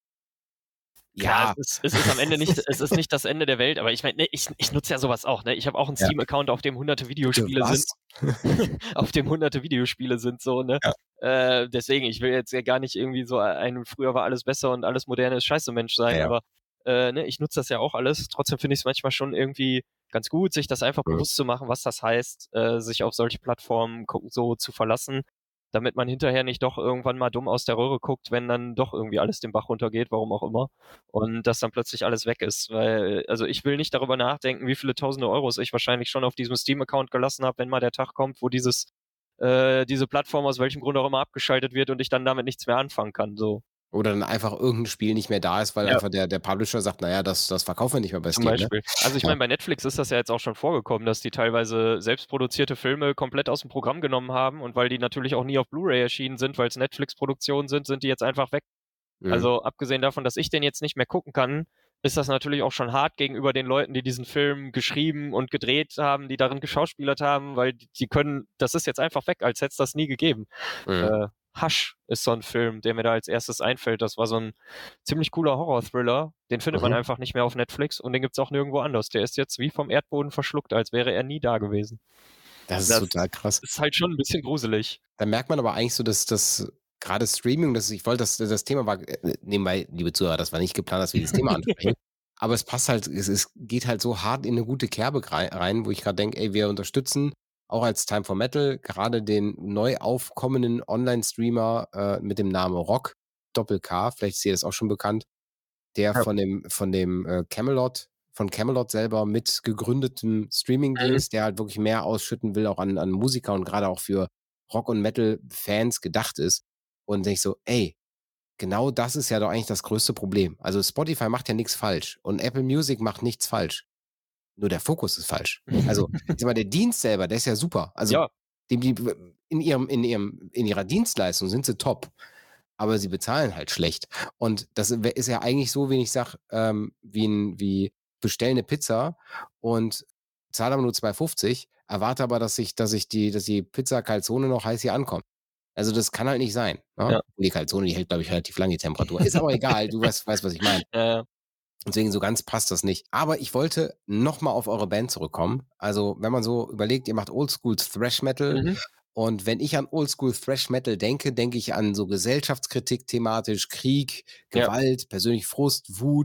Klar, ja, es ist, es ist am Ende nicht, es ist nicht das Ende der Welt, aber ich meine, ne, ich, ich nutze ja sowas auch, ne? Ich habe auch einen Ja. Steam-Account, auf dem hunderte Videospiele was? sind. Auf dem hunderte Videospiele sind so, ne? Ja. Äh, deswegen, ich will jetzt ja gar nicht irgendwie so ein, früher war alles besser und alles moderne ist scheiße Mensch sein, Ja, ja. aber äh, ne, ich nutze das ja auch alles. Trotzdem finde ich es manchmal schon irgendwie ganz gut, sich das einfach Mhm. bewusst zu machen, was das heißt, äh, sich auf solche Plattformen gu- so zu verlassen, damit man hinterher nicht doch irgendwann mal dumm aus der Röhre guckt, wenn dann doch irgendwie alles den Bach runtergeht, warum auch immer, und dass dann plötzlich alles weg ist. Weil, also ich will nicht darüber nachdenken, wie viele tausende Euros ich wahrscheinlich schon auf diesem Steam-Account gelassen habe, wenn mal der Tag kommt, wo dieses, äh, diese Plattform aus welchem Grund auch immer abgeschaltet wird und ich dann damit nichts mehr anfangen kann. So. Oder dann einfach irgendein Spiel nicht mehr da ist, weil Ja. einfach der, der Publisher sagt, naja, das, das verkaufen wir nicht mehr bei Zum Steam. Ne? Beispiel. Also ich Ja. meine, bei Netflix ist das ja jetzt auch schon vorgekommen, dass die teilweise selbstproduzierte Filme komplett aus dem Programm genommen haben, und weil die natürlich auch nie auf Blu-ray erschienen sind, weil es Netflix-Produktionen sind, sind die jetzt einfach weg. Mhm. Also abgesehen davon, dass ich den jetzt nicht mehr gucken kann, ist das natürlich auch schon hart gegenüber den Leuten, die diesen Film geschrieben und gedreht haben, die darin geschauspielert haben, weil die, die können, das ist jetzt einfach weg, als hätte es das nie gegeben. Mhm. Äh, Hush ist so ein Film, der mir da als erstes einfällt. Das war so ein ziemlich cooler Horror-Thriller. Den findet Mhm. man einfach nicht mehr auf Netflix und den gibt es auch nirgendwo anders. Der ist jetzt wie vom Erdboden verschluckt, als wäre er nie da gewesen. Das ist Das total krass. ist halt schon ein bisschen gruselig. Da merkt man aber eigentlich so, dass das gerade Streaming, das ich wollte, das, das Thema war, äh, nebenbei, liebe Zuhörer, das war nicht geplant, dass wir dieses Thema ansprechen. Aber es passt halt, es, es geht halt so hart in eine gute Kerbe grei- rein, wo ich gerade denke, ey, wir unterstützen auch als Time for Metal gerade den neu aufkommenden Online-Streamer äh, mit dem Namen Rock, Doppel-K, vielleicht ist dir das auch schon bekannt, der Ja. von dem, von dem äh, Camelot, von Camelot selber mit gegründetem Streaming-Dienst, der halt wirklich mehr ausschütten will, auch an, an Musiker und gerade auch für Rock- und Metal-Fans gedacht ist. Und denke ich so, ey, genau das ist ja doch eigentlich das größte Problem. Also Spotify macht ja nichts falsch und Apple Music macht nichts falsch. Nur der Fokus ist falsch. Also, ich sag mal, der Dienst selber, der ist ja super. Also, Ja. dem, die, in, ihrem, in, ihrem, in ihrer Dienstleistung sind sie top, aber sie bezahlen halt schlecht. Und das ist ja eigentlich so, wie ich sage, ähm, wie, ein, wie bestell eine Pizza und zahle aber nur zwei fünfzig, erwarte aber, dass ich, dass ich die, dass die Pizza Calzone noch heiß hier ankommt. Also das kann halt nicht sein. Ne? Ja. Die Calzone, die hält, glaube ich, relativ lange die Temperatur. Ist aber egal, du weißt, weißt was ich meine. Äh, Deswegen so ganz passt das nicht. Aber ich wollte nochmal auf eure Band zurückkommen. Also wenn man so überlegt, ihr macht Oldschool Thrash Metal. mhm. Und wenn ich an Oldschool Thrash Metal denke, denke ich an so Gesellschaftskritik thematisch, Krieg, Ja. Gewalt, persönlich Frust, Wut,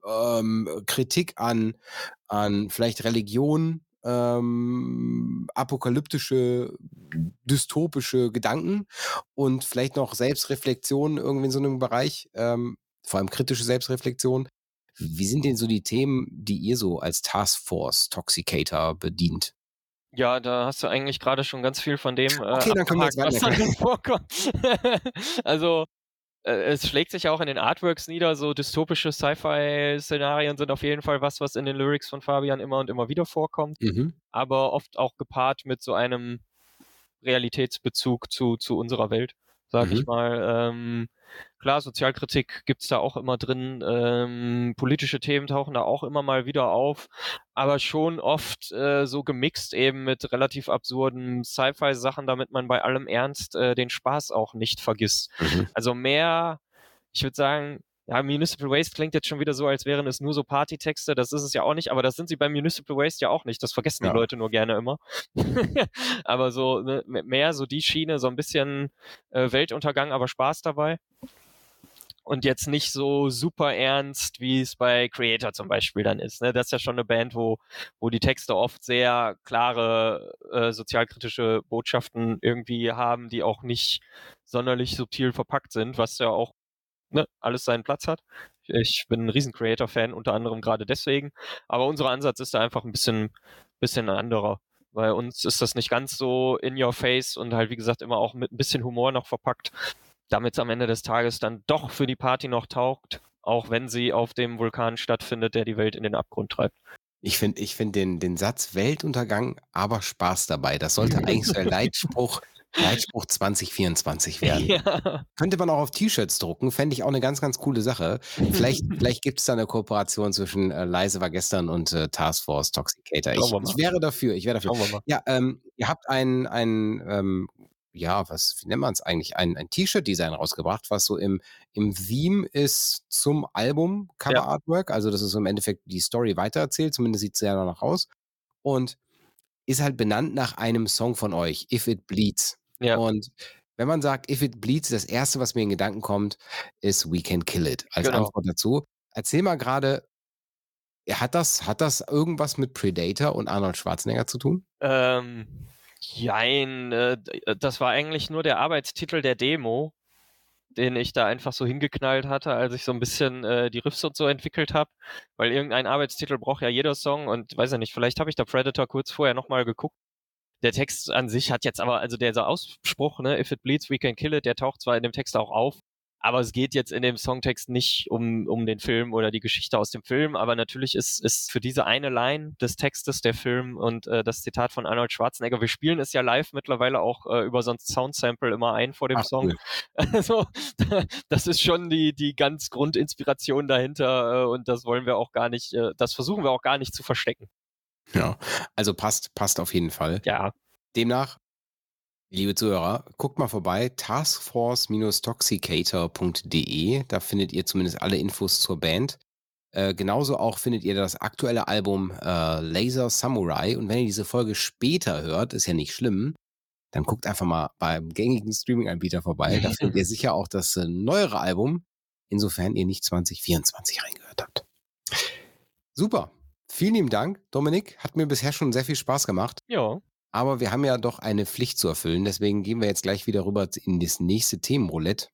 ähm, Kritik an, an vielleicht Religion, ähm, apokalyptische, dystopische Gedanken und vielleicht noch Selbstreflexion irgendwie in so einem Bereich, ähm, vor allem kritische Selbstreflexion. Wie sind denn so die Themen, die ihr so als Taskforce Toxicator bedient? Ja, da hast du eigentlich gerade schon ganz viel von dem äh, Okay, dann können wir abgehakt, jetzt was weiter. darin vorkommt. Also, äh, es schlägt sich ja auch in den Artworks nieder, so dystopische Sci-Fi-Szenarien sind auf jeden Fall was, was in den Lyrics von Fabian immer und immer wieder vorkommt, Mhm. aber oft auch gepaart mit so einem Realitätsbezug zu, zu unserer Welt, sag ich Mhm. mal. Ähm, klar, Sozialkritik gibt's da auch immer drin, ähm, politische Themen tauchen da auch immer mal wieder auf, aber schon oft äh, so gemixt eben mit relativ absurden Sci-Fi-Sachen, damit man bei allem Ernst äh, den Spaß auch nicht vergisst. Mhm. Also mehr, ich würde sagen, ja, Municipal Waste klingt jetzt schon wieder so, als wären es nur so Partytexte. Das ist es ja auch nicht, aber das sind sie bei Municipal Waste ja auch nicht. Das vergessen die Ja. Leute nur gerne immer. Aber so ne, mehr so die Schiene, so ein bisschen äh, Weltuntergang, aber Spaß dabei. Und jetzt nicht so super ernst, wie es bei Creator zum Beispiel dann ist. Ne? Das ist ja schon eine Band, wo, wo die Texte oft sehr klare äh, sozialkritische Botschaften irgendwie haben, die auch nicht sonderlich subtil verpackt sind, was ja auch ne, alles seinen Platz hat. Ich bin ein riesen Creator-Fan, unter anderem gerade deswegen. Aber unser Ansatz ist da einfach ein bisschen, bisschen ein anderer. Bei uns ist das nicht ganz so in your face und halt, wie gesagt, immer auch mit ein bisschen Humor noch verpackt, damit es am Ende des Tages dann doch für die Party noch taugt, auch wenn sie auf dem Vulkan stattfindet, der die Welt in den Abgrund treibt. Ich finde ich find den, den Satz Weltuntergang, aber Spaß dabei. Das sollte eigentlich so der Leitspruch, Leitspruch zwanzig vierundzwanzig werden. Ja. Könnte man auch auf T-Shirts drucken, fände ich auch eine ganz, ganz coole Sache. Vielleicht, vielleicht gibt es da eine Kooperation zwischen äh, Leise war gestern und äh, Taskforce Toxicator. Ich, Schauen wir mal. ich wäre dafür, ich wäre dafür. Schauen wir mal. Ja, ähm, ihr habt ein, ein ähm, ja, was wie nennt man es eigentlich, ein, ein T-Shirt-Design rausgebracht, was so im, im Theme ist zum Album Cover Ja. Artwork, also das ist so im Endeffekt die Story weitererzählt, zumindest sieht es ja danach aus und ist halt benannt nach einem Song von euch, If It Bleeds. Ja. Und wenn man sagt If It Bleeds, das erste, was mir in Gedanken kommt, ist We Can Kill It als Genau. Antwort dazu. Erzähl mal gerade, hat das, hat das irgendwas mit Predator und Arnold Schwarzenegger zu tun? Ähm, jein, äh, das war eigentlich nur der Arbeitstitel der Demo, den ich da einfach so hingeknallt hatte, als ich so ein bisschen äh, die Riffs und so entwickelt habe, weil irgendein Arbeitstitel braucht ja jeder Song und weiß ja nicht, vielleicht habe ich da Predator kurz vorher nochmal geguckt. Der Text an sich hat jetzt aber, also der Ausspruch, ne, If it bleeds, we can kill it, der taucht zwar in dem Text auch auf, aber es geht jetzt in dem Songtext nicht um, um den Film oder die Geschichte aus dem Film, aber natürlich ist, ist für diese eine Line des Textes der Film und äh, das Zitat von Arnold Schwarzenegger, wir spielen es ja live mittlerweile auch äh, über so ein Soundsample immer ein vor dem Ach, Song. cool. Also das ist schon die, die ganz Grundinspiration dahinter äh, und das wollen wir auch gar nicht, äh, das versuchen wir auch gar nicht zu verstecken. Ja, also passt, passt auf jeden Fall. Ja. Demnach, liebe Zuhörer, guckt mal vorbei, taskforce toxicator punkt de, da findet ihr zumindest alle Infos zur Band. Äh, genauso auch findet ihr das aktuelle Album äh, Laser Samurai und wenn ihr diese Folge später hört, ist ja nicht schlimm, dann guckt einfach mal beim gängigen Streaming-Anbieter vorbei, da findet ihr sicher auch das äh, neuere Album, insofern ihr nicht zwanzig vierundzwanzig reingehört habt. Super, vielen lieben Dank, Dominik, hat mir bisher schon sehr viel Spaß gemacht. Ja. Aber wir haben ja doch eine Pflicht zu erfüllen, deswegen gehen wir jetzt gleich wieder rüber in das nächste Themenroulette.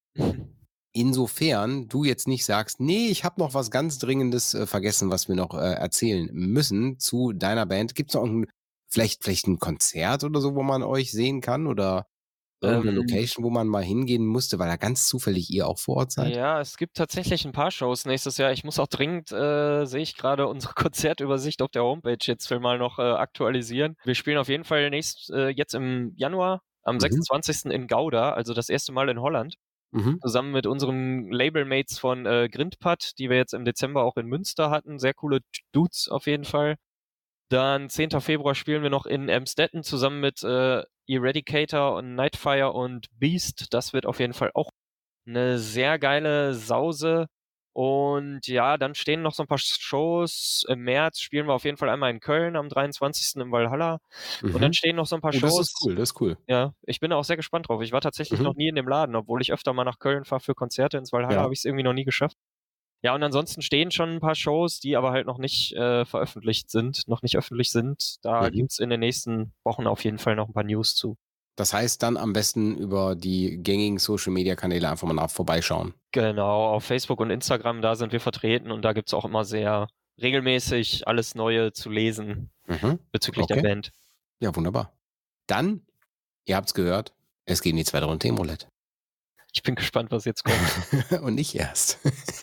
Insofern du jetzt nicht sagst, nee, ich habe noch was ganz Dringendes äh, vergessen, was wir noch äh, erzählen müssen zu deiner Band. Gibt es noch ein, vielleicht, vielleicht ein Konzert oder so, wo man euch sehen kann oder irgendeine Ähm, Location, wo man mal hingehen musste, weil da ganz zufällig ihr auch vor Ort seid? Ja, es gibt tatsächlich ein paar Shows nächstes Jahr. Ich muss auch dringend, äh, sehe ich gerade, unsere Konzertübersicht auf der Homepage jetzt für mal noch äh, aktualisieren. Wir spielen auf jeden Fall nächst, äh, jetzt im Januar, am Mhm. sechsundzwanzigsten in Gouda, also das erste Mal in Holland, Mhm. zusammen mit unseren Labelmates von äh, Grindpad, die wir jetzt im Dezember auch in Münster hatten. Sehr coole Dudes auf jeden Fall. Dann zehnten Februar spielen wir noch in Emstetten zusammen mit äh, Eradicator und Nightfire und Beast. Das wird auf jeden Fall auch eine sehr geile Sause. Und ja, dann stehen noch so ein paar Shows. Im März spielen wir auf jeden Fall einmal in Köln am dreiundzwanzigsten im Valhalla. Mhm. Und dann stehen noch so ein paar Oh, das Shows. ist cool, das ist cool. Ja, ich bin da auch sehr gespannt drauf. Ich war tatsächlich Mhm. noch nie in dem Laden, obwohl ich öfter mal nach Köln fahre für Konzerte. Ins Valhalla Ja. habe ich es irgendwie noch nie geschafft. Ja, und ansonsten stehen schon ein paar Shows, die aber halt noch nicht äh, veröffentlicht sind, noch nicht öffentlich sind. Da Mhm. gibt's in den nächsten Wochen auf jeden Fall noch ein paar News zu. Das heißt dann am besten über die gängigen Social-Media-Kanäle einfach mal nach vorbeischauen. Genau, auf Facebook und Instagram, da sind wir vertreten und da gibt's auch immer sehr regelmäßig alles Neue zu lesen Mhm. bezüglich der Okay. Band. Ja, wunderbar. Dann, ihr habt's gehört, es geht in die zweite Runde Themenroulette. Ich bin gespannt, was jetzt kommt. Und nicht erst.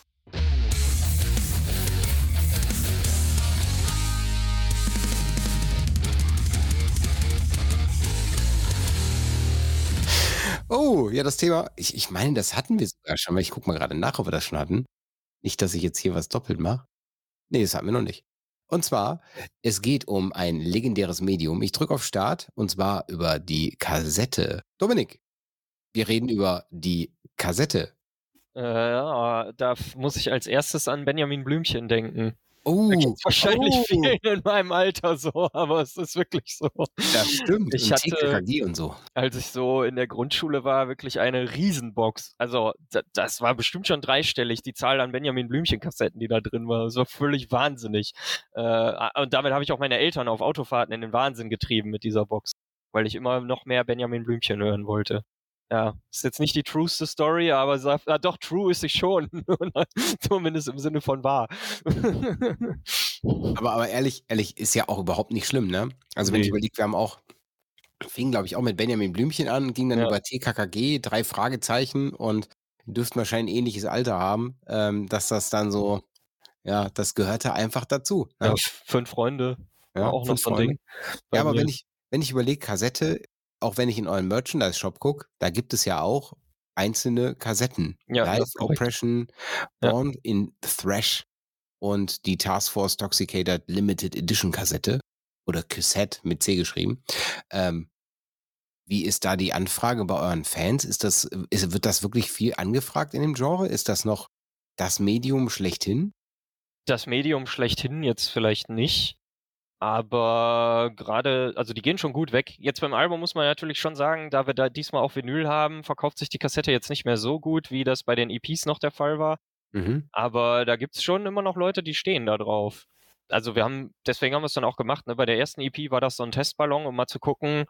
Oh, ja, das Thema, ich, ich meine, das hatten wir sogar schon, weil ich gucke mal gerade nach, ob wir das schon hatten. Nicht, dass ich jetzt hier was doppelt mache. Nee, das hatten wir noch nicht. Und zwar, es geht um ein legendäres Medium. Ich drücke auf Start und zwar über die Kassette. Dominik, wir reden über die Kassette. Äh, ja, da f- muss ich als erstes an Benjamin Blümchen denken. Da Oh, geht's wahrscheinlich oh, vielen in meinem Alter so, aber es ist wirklich so. das stimmt. Ich Und hatte, T K K G und so. als ich so in der Grundschule war, wirklich eine Riesenbox. Also da, das war bestimmt schon dreistellig, die Zahl an Benjamin Blümchen-Kassetten, die da drin war. Das war völlig wahnsinnig. Äh, und damit habe ich auch meine Eltern auf Autofahrten in den Wahnsinn getrieben mit dieser Box, weil ich immer noch mehr Benjamin Blümchen hören wollte. Ja, ist jetzt nicht die trueste Story, aber sagt, ah, doch, true ist sie schon. Zumindest im Sinne von wahr. Aber, aber ehrlich, ehrlich, ist ja auch überhaupt nicht schlimm, ne? Also wenn ich Nee. überlege, wir haben auch, fing glaube ich auch mit Benjamin Blümchen an, ging dann Ja. über T K K G, drei Fragezeichen und dürften wahrscheinlich ein ähnliches Alter haben, ähm, dass das dann so, ja, das gehörte einfach dazu. Ja, Ne? f- fünf Freunde war Ja, auch noch fünf so ein Freunde. Ding bei Ja, aber mir. wenn ich, wenn ich überlege, Kassette, auch wenn ich in euren Merchandise-Shop gucke, da gibt es ja auch einzelne Kassetten. Ja, das Live ist korrekt. Oppression, Ja. Born in Thrash und die Task Force Toxicated Limited Edition Kassette oder Cassette mit C geschrieben. Ähm, wie ist da die Anfrage bei euren Fans? Ist das, ist, wird das wirklich viel angefragt in dem Genre? Ist das noch das Medium schlechthin? Das Medium schlechthin jetzt vielleicht nicht, aber gerade, also die gehen schon gut weg. Jetzt beim Album muss man natürlich schon sagen, da wir da diesmal auch Vinyl haben, verkauft sich die Kassette jetzt nicht mehr so gut, wie das bei den E Ps noch der Fall war. Mhm. Aber da gibt's schon immer noch Leute, die stehen da drauf. Also wir haben, deswegen haben wir es dann auch gemacht, ne? Bei der ersten E P war das so ein Testballon, um mal zu gucken,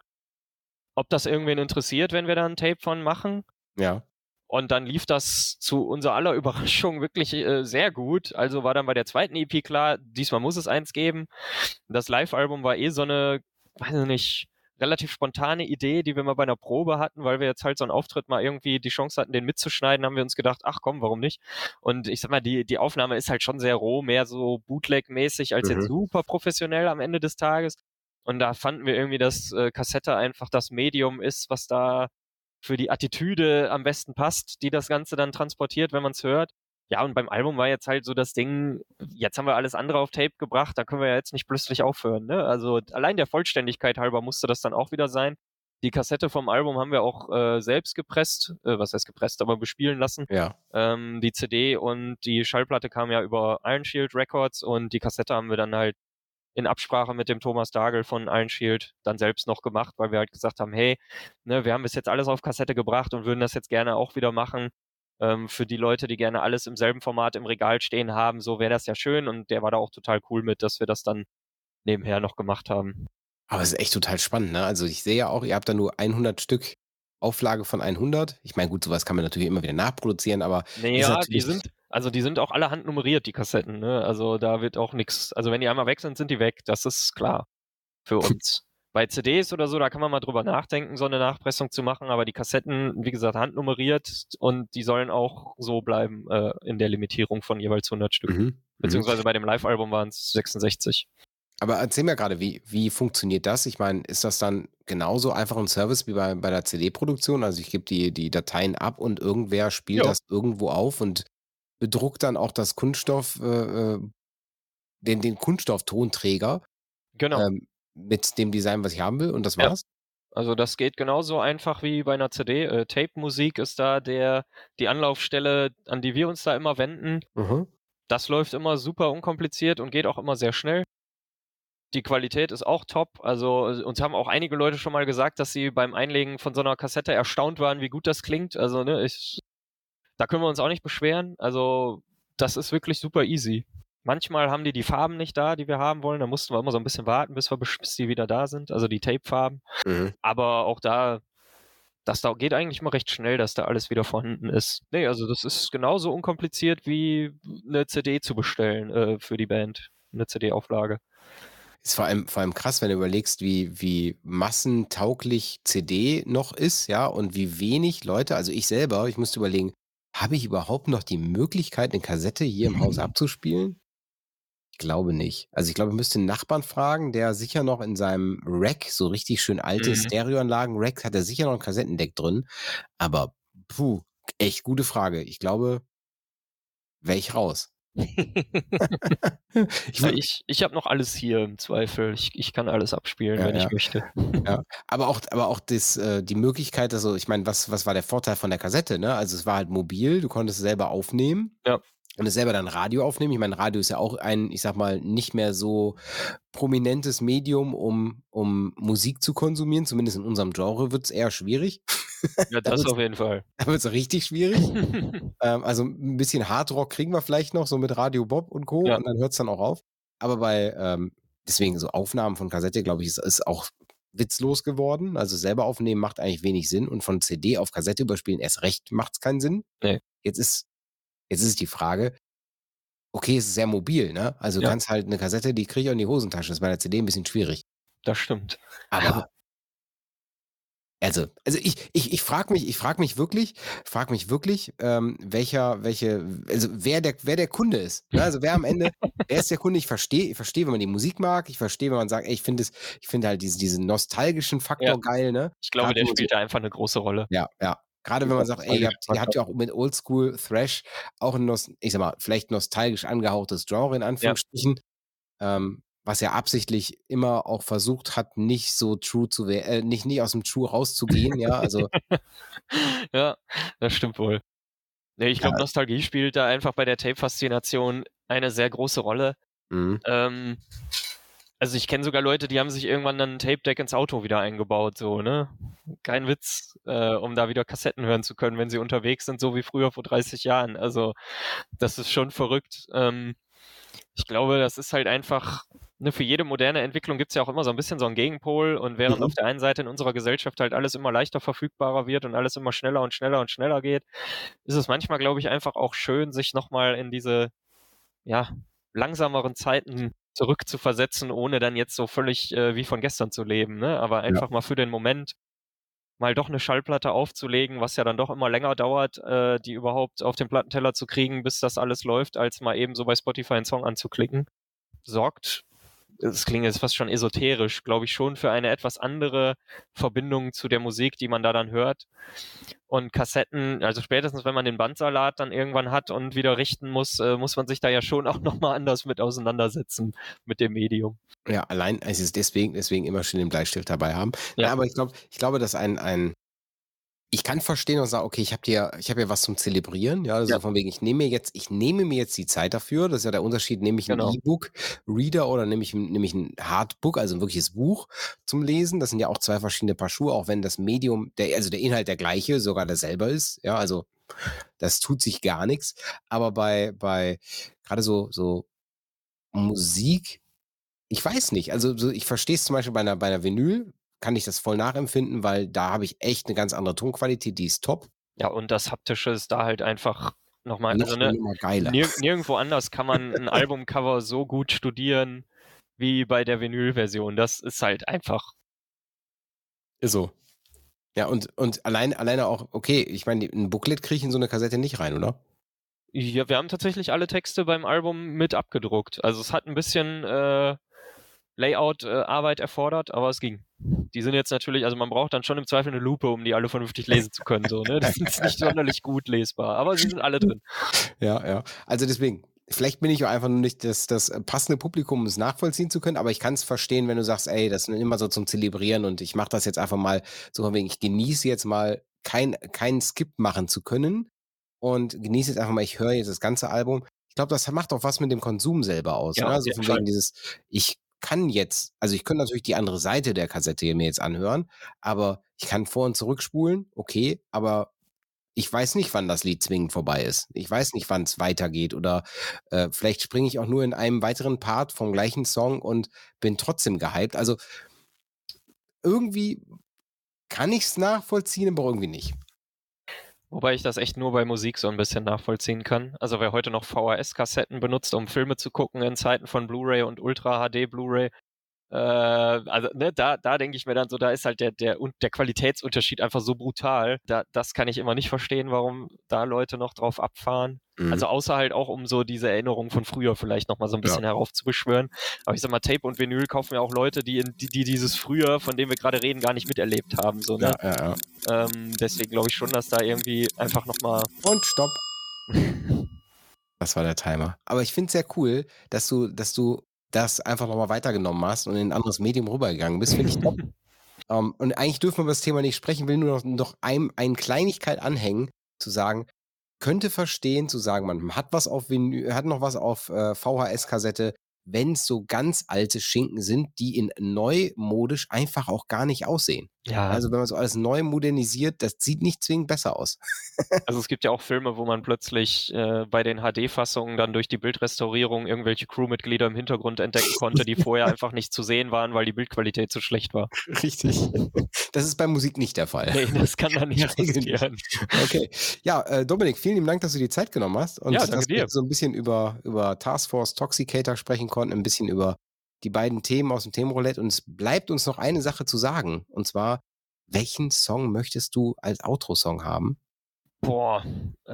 ob das irgendwen interessiert, wenn wir da ein Tape von machen. Ja. Und dann lief das zu unserer aller Überraschung wirklich äh, sehr gut. Also war dann bei der zweiten E P klar, diesmal muss es eins geben. Das Live-Album war eh so eine, weiß ich nicht, relativ spontane Idee, die wir mal bei einer Probe hatten, weil wir jetzt halt so einen Auftritt mal irgendwie die Chance hatten, den mitzuschneiden, haben wir uns gedacht, ach komm, warum nicht? Und ich sag mal, die, die Aufnahme ist halt schon sehr roh, mehr so Bootleg-mäßig als jetzt Mhm. super professionell am Ende des Tages. Und da fanden wir irgendwie, dass äh, Kassette einfach das Medium ist, was da für die Attitüde am besten passt, die das Ganze dann transportiert, wenn man es hört. Ja, und beim Album war jetzt halt so das Ding, jetzt haben wir alles andere auf Tape gebracht, da können wir ja jetzt nicht plötzlich aufhören. Ne? Also allein der Vollständigkeit halber musste das dann auch wieder sein. Die Kassette vom Album haben wir auch äh, selbst gepresst, äh, was heißt gepresst, aber bespielen lassen. Ja. Ähm, die C D und die Schallplatte kamen ja über Iron Shield Records und die Kassette haben wir dann halt in Absprache mit dem Thomas Dagel von Iron Shield dann selbst noch gemacht, weil wir halt gesagt haben, hey, ne, wir haben bis jetzt alles auf Kassette gebracht und würden das jetzt gerne auch wieder machen. Ähm, für die Leute, die gerne alles im selben Format im Regal stehen haben, so wäre das ja schön und der war da auch total cool mit, dass wir das dann nebenher noch gemacht haben. Aber es ist echt total spannend, ne? Also ich sehe ja auch, ihr habt da nur hundert Stück Auflage von hundert. Ich meine, gut, sowas kann man natürlich immer wieder nachproduzieren, aber ist Naja, die natürlich, sind, also die sind auch alle handnummeriert, die Kassetten, ne? Also da wird auch nichts, also wenn die einmal weg sind, sind die weg, das ist klar für uns. Bei C Ds oder so, da kann man mal drüber nachdenken, so eine Nachpressung zu machen, aber die Kassetten, wie gesagt, handnummeriert und die sollen auch so bleiben äh, in der Limitierung von jeweils hundert Stück. Mhm. Mhm. Beziehungsweise bei dem Live-Album waren es sechsundsechzig. Aber erzähl mir gerade, wie, wie funktioniert das? Ich meine, ist das dann genauso einfach ein Service wie bei, bei der C D-Produktion? Also ich gebe die, die Dateien ab und irgendwer spielt Ja. das irgendwo auf und bedruckt dann auch das Kunststoff, äh, äh, den, den Kunststofftonträger Genau. ähm, mit dem Design, was ich haben will, und das Ja. war's? Also das geht genauso einfach wie bei einer C D. Äh, Tape-Musik ist da der, die Anlaufstelle, an die wir uns da immer wenden. Mhm. Das läuft immer super unkompliziert und geht auch immer sehr schnell. Die Qualität ist auch top. Also äh, uns haben auch einige Leute schon mal gesagt, dass sie beim Einlegen von so einer Kassette erstaunt waren, wie gut das klingt. Also ne, ich, da können wir uns auch nicht beschweren. Also das ist wirklich super easy. Manchmal haben die die Farben nicht da, die wir haben wollen. Da mussten wir immer so ein bisschen warten, bis wir bis die wieder da sind. Also die Tape-Farben. Mhm. Aber auch da, das da geht eigentlich mal recht schnell, dass da alles wieder vorhanden ist. Nee, also das ist genauso unkompliziert wie eine C D zu bestellen äh, für die Band. Eine C D-Auflage. Ist vor allem, vor allem krass, wenn du überlegst, wie, wie massentauglich C D noch ist, ja, und wie wenig Leute, also ich selber, ich musste überlegen, habe ich überhaupt noch die Möglichkeit, eine Kassette hier im Haus abzuspielen? Ich glaube nicht. Also ich glaube, ich müsste einen Nachbarn fragen, der sicher noch in seinem Rack, so richtig schön alte Mhm. Stereoanlagen-Rack, hat er sicher noch ein Kassettendeck drin. Aber puh, echt gute Frage. Ich glaube, wäre ich raus. Ich Ja, wür ich ich habe noch alles hier im Zweifel. Ich ich kann alles abspielen, Ja, wenn ich ja. möchte. Ja, aber auch aber auch das äh, die Möglichkeit, also ich meine, was was war der Vorteil von der Kassette, ne? Also, es war halt mobil, du konntest es selber aufnehmen Ja. und es selber dann Radio aufnehmen. Ich meine, Radio ist ja auch ein, ich sage mal, nicht mehr so prominentes Medium, um um Musik zu konsumieren. Zumindest in unserem Genre wird's eher schwierig. Ja, Da das wird's auf jeden Fall. da wird's richtig schwierig. Ähm, also, 'n bisschen Hardrock kriegen wir vielleicht noch, so mit Radio Bob und Co. Ja. und dann hört's dann auch auf. Aber bei, ähm deswegen so Aufnahmen von Kassette, glaube ich, ist ist auch witzlos geworden. Also, selber aufnehmen macht eigentlich wenig Sinn und von C D auf Kassette überspielen erst recht macht's keinen Sinn. Ne. Jetzt ist jetzt ist die Frage, okay, es ist sehr mobil, ne? Also, du Ja. kannst halt 'ne Kassette, die kriege ich auch in die Hosentasche. Das ist bei der C D 'n bisschen schwierig. Das stimmt. Aber also also ich ich ich frage mich ich frage mich wirklich frage mich wirklich, ähm, welcher welche also wer der wer der Kunde ist, ne? Also, wer am Ende wer ist der Kunde? Ich verstehe ich verstehe, wenn man die Musik mag. Ich verstehe, wenn man sagt: „Ey, ich finde es ich finde halt diese diesen nostalgischen Ja. Faktor geil“, ne? Ich glaube, Grad der wenn man so spielt da einfach 'ne große Rolle. Ja, ja. Grade wenn Dieser man sagt: „Ey, ihr nostalgische habt ihr habt Faktor. ja auch mit Oldschool Thrash auch 'n nos ich sage mal, vielleicht nostalgisch angehauchtes Genre in Ja. Anführungsstrichen, ähm, was ja absichtlich immer auch versucht hat, nicht so true zu we äh, nicht nicht aus'm True rauszugehen, ja, also Ja, das stimmt wohl. Ne, ich glaube, Ja. Nostalgie spielt da einfach bei der Tape-Faszination eine sehr große Rolle. Mhm. Ähm, also, ich kenne sogar Leute, die haben sich irgendwann dann 'n Tape-Deck ins Auto wieder eingebaut, so, ne? Kein Witz, äh, um da wieder Kassetten hören zu können, wenn sie unterwegs sind, so wie früher vor dreißig Jahren. Also, das ist schon verrückt. Ähm, ich glaube, das ist halt einfach ne, für jede moderne Entwicklung gibt's ja auch immer so 'n bisschen so 'n Gegenpol und während Mhm. auf der einen Seite in unserer Gesellschaft halt alles immer leichter verfügbarer wird und alles immer schneller und schneller und schneller geht, ist es manchmal, glaube ich, einfach auch schön, sich noch mal in diese, ja, langsameren Zeiten zurückzuversetzen, ohne dann jetzt so völlig, äh, wie von gestern zu leben, ne? Aber Ja. einfach mal für den Moment mal doch 'ne Schallplatte aufzulegen, was ja dann doch immer länger dauert, äh, die überhaupt auf den Plattenteller zu kriegen, bis das alles läuft, als mal eben so bei Spotify 'n Song anzuklicken, sorgt es klingt jetzt fast schon esoterisch, glaube ich, schon für eine etwas andere Verbindung zu der Musik, die man da dann hört. Und Kassetten also spätestens, wenn man den Bandsalat dann irgendwann hat und wieder richten muss, äh, muss man sich da ja schon auch noch mal anders mit auseinandersetzen mit dem Medium. Ja, allein es ist deswegen deswegen immer schön den Bleistift dabei haben. Ja. Ja, aber ich glaube ich glaube, dass ein ein ich kann verstehen und sagen: „Okay, ich habe hier ich habe hier was zum Zelebrieren“, ja, also Ja. so von wegen, ich nehme mir jetzt ich nehme mir jetzt die Zeit dafür. Das ist ja der Unterschied, nehme ich 'n Genau. E-Book-Reader oder nehme ich 'n nehme ich 'n Hardbook, also 'n wirkliches Buch zum Lesen. Das sind ja auch zwei verschiedene Paar Schuhe, auch wenn das Medium der also der Inhalt der gleiche, sogar derselbe ist, ja, also das tut sich gar nix. Aber bei bei grade so so Musik ich weiß nicht, also so ich verstehe es zum Beispiel bei 'ner bei 'ner Vinyl kann ich das voll nachempfinden, weil da habe ich echt 'ne ganz andere Tonqualität, die ist top. Ja, und das Haptische ist da halt einfach noch mal Noch also, 'ne ne, Nummer geiler. nirg nirgendwo anders kann man 'n Albumcover so gut studieren wie bei der Vinylversion. Das ist halt einfach Ist so. Ja, und und allein alleine auch okay, ich meine, 'n Booklet kriege ich in so 'ne Kassette nicht rein, oder? Ja, wir haben tatsächlich alle Texte beim Album mit abgedruckt. Also, es hat 'n bisschen, äh, Layout, äh, Arbeit erfordert, aber es ging. Die sind jetzt natürlich also, man braucht dann schon im Zweifel 'ne Lupe, um die alle vernünftig lesen zu können so, ne? Die sind jetzt nicht sonderlich gut lesbar, aber sie sind alle drin. Ja, ja. Also, deswegen, vielleicht bin ich auch einfach nur nicht das das passende Publikum, um es nachvollziehen zu können, aber ich kann's verstehen, wenn du sagst: „Ey, das ist immer so zum Zelebrieren und ich mache das jetzt einfach mal so von wegen, ich genieße jetzt mal kein keinen Skip machen zu können und genieße jetzt einfach mal ich höre jetzt das ganze Album.“ Ich glaube, das macht auch was mit dem Konsum selber aus, Ja, ne? auf So jeden von Fall. wegen dieses ich kann jetzt also, ich könnte natürlich die andere Seite der Kassette mir jetzt anhören, aber ich kann vor und zurückspulen, okay, aber ich weiß nicht, wann das Lied zwingend vorbei ist. Ich weiß nicht, wann es weitergeht oder äh, vielleicht springe ich auch nur in einem weiteren Part vom gleichen Song und bin trotzdem gehypt. Also irgendwie kann ich es nachvollziehen, aber irgendwie nicht. Wobei ich das echt nur bei Musik so ein bisschen nachvollziehen kann. Also wer heute noch V H S-Kassetten benutzt, um Filme zu gucken in Zeiten von Blu-ray und Ultra-H D Blu-ray, äh, also ne, da, da denke ich mir dann so, da ist halt der, der, und der Qualitätsunterschied einfach so brutal. Da, das kann ich immer nicht verstehen, warum da Leute noch drauf abfahren. Mhm. Also außer halt auch, um so diese Erinnerungen von früher vielleicht nochmal so ein bisschen Ja. heraufzubeschwören. Aber ich sag mal, Tape und Vinyl kaufen ja auch Leute, die, in, die, die dieses Früher, von dem wir gerade reden, gar nicht miterlebt haben. So, ne? Ja, ja, ja. Ähm, deswegen glaube ich schon, dass da irgendwie einfach nochmal... Und stopp. Das war der Timer. Aber ich finde es sehr cool, dass du, dass du das einfach nochmal weitergenommen hast und in ein anderes Medium rübergegangen bist. Finde ich top. um, und eigentlich dürfen wir über das Thema nicht sprechen, will nur noch, noch ein, eine Kleinigkeit anhängen, zu sagen, könnte verstehen, zu sagen, man hat was auf Vinyl, hat noch was auf äh, V H S-Kassette, wenn es so ganz alte Schinken sind, die in neumodisch einfach auch gar nicht aussehen. Ja, Also wenn man so alles neu modernisiert, das sieht nicht zwingend besser aus. also es gibt ja auch Filme, wo man plötzlich äh, bei den H D-Fassungen dann durch die Bildrestaurierung irgendwelche Crewmitglieder im Hintergrund entdecken konnte, die vorher einfach nicht zu sehen waren, weil die Bildqualität zu schlecht war. Richtig. Das ist bei Musik nicht der Fall. Nee, das kann da nicht Ja, Regel nicht. passieren. Okay. Ja, äh, Dominik, vielen lieben Dank, dass du die Zeit genommen hast und Ja, danke dass wir dir. so ein bisschen über, über Taskforce Toxicator sprechen konnten, ein bisschen über die beiden Themen aus dem Themenroulette. Und es bleibt uns noch eine Sache zu sagen. Und zwar, welchen Song möchtest du als Outro-Song haben? Boah,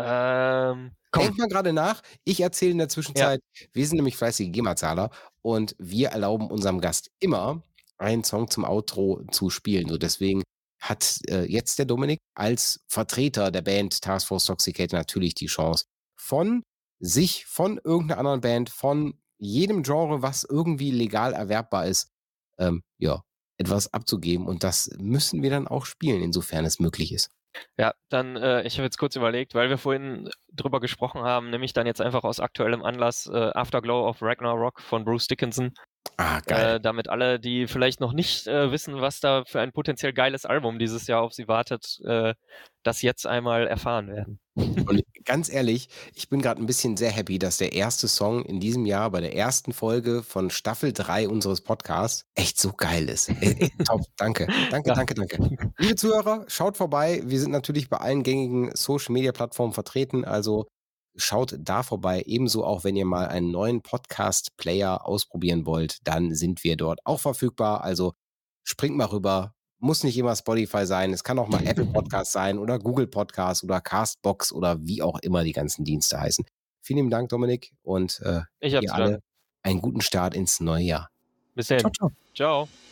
ähm, komm. Denk mal gerade nach. Ich erzähle in der Zwischenzeit, wir sind nämlich fleißige GEMA-Zahler und wir erlauben unserem Gast immer, einen Song zum Outro zu spielen. So deswegen hat äh, jetzt der Dominik als Vertreter der Band Taskforce Toxicator natürlich die Chance, von sich, von irgendeiner anderen Band, von jedem Genre, was irgendwie legal erwerbbar ist, ähm, ja, etwas abzugeben. Und das müssen wir dann auch spielen, insofern es möglich ist. Ja, dann, äh, ich habe jetzt kurz überlegt, weil wir vorhin drüber gesprochen haben, nehme ich dann jetzt einfach aus aktuellem Anlass äh, Afterglow of Ragnarok von Bruce Dickinson. Ah, geil. Äh, damit alle, die vielleicht noch nicht äh, wissen, was da für ein potenziell geiles Album dieses Jahr auf sie wartet, äh, das jetzt einmal erfahren werden. Und ganz ehrlich, ich bin gerade ein bisschen sehr happy, dass der erste Song in diesem Jahr bei der ersten Folge von Staffel drei unseres Podcasts echt so geil ist. Äh, äh, top, danke. Danke, Ja. danke, danke. Liebe Zuhörer, schaut vorbei. Wir sind natürlich bei allen gängigen Social-Media-Plattformen vertreten, also schaut da vorbei. Ebenso auch, wenn ihr mal einen neuen Podcast-Player ausprobieren wollt, dann sind wir dort auch verfügbar. Also springt mal rüber. Muss nicht immer Spotify sein. Es kann auch mal Apple Podcast sein oder Google Podcast oder Castbox oder wie auch immer die ganzen Dienste heißen. Vielen lieben Dank, Dominik. Und äh, Ich hab's ihr zu alle danken. einen guten Start ins neue Jahr. Bis dann. Ciao, ciao. Ciao.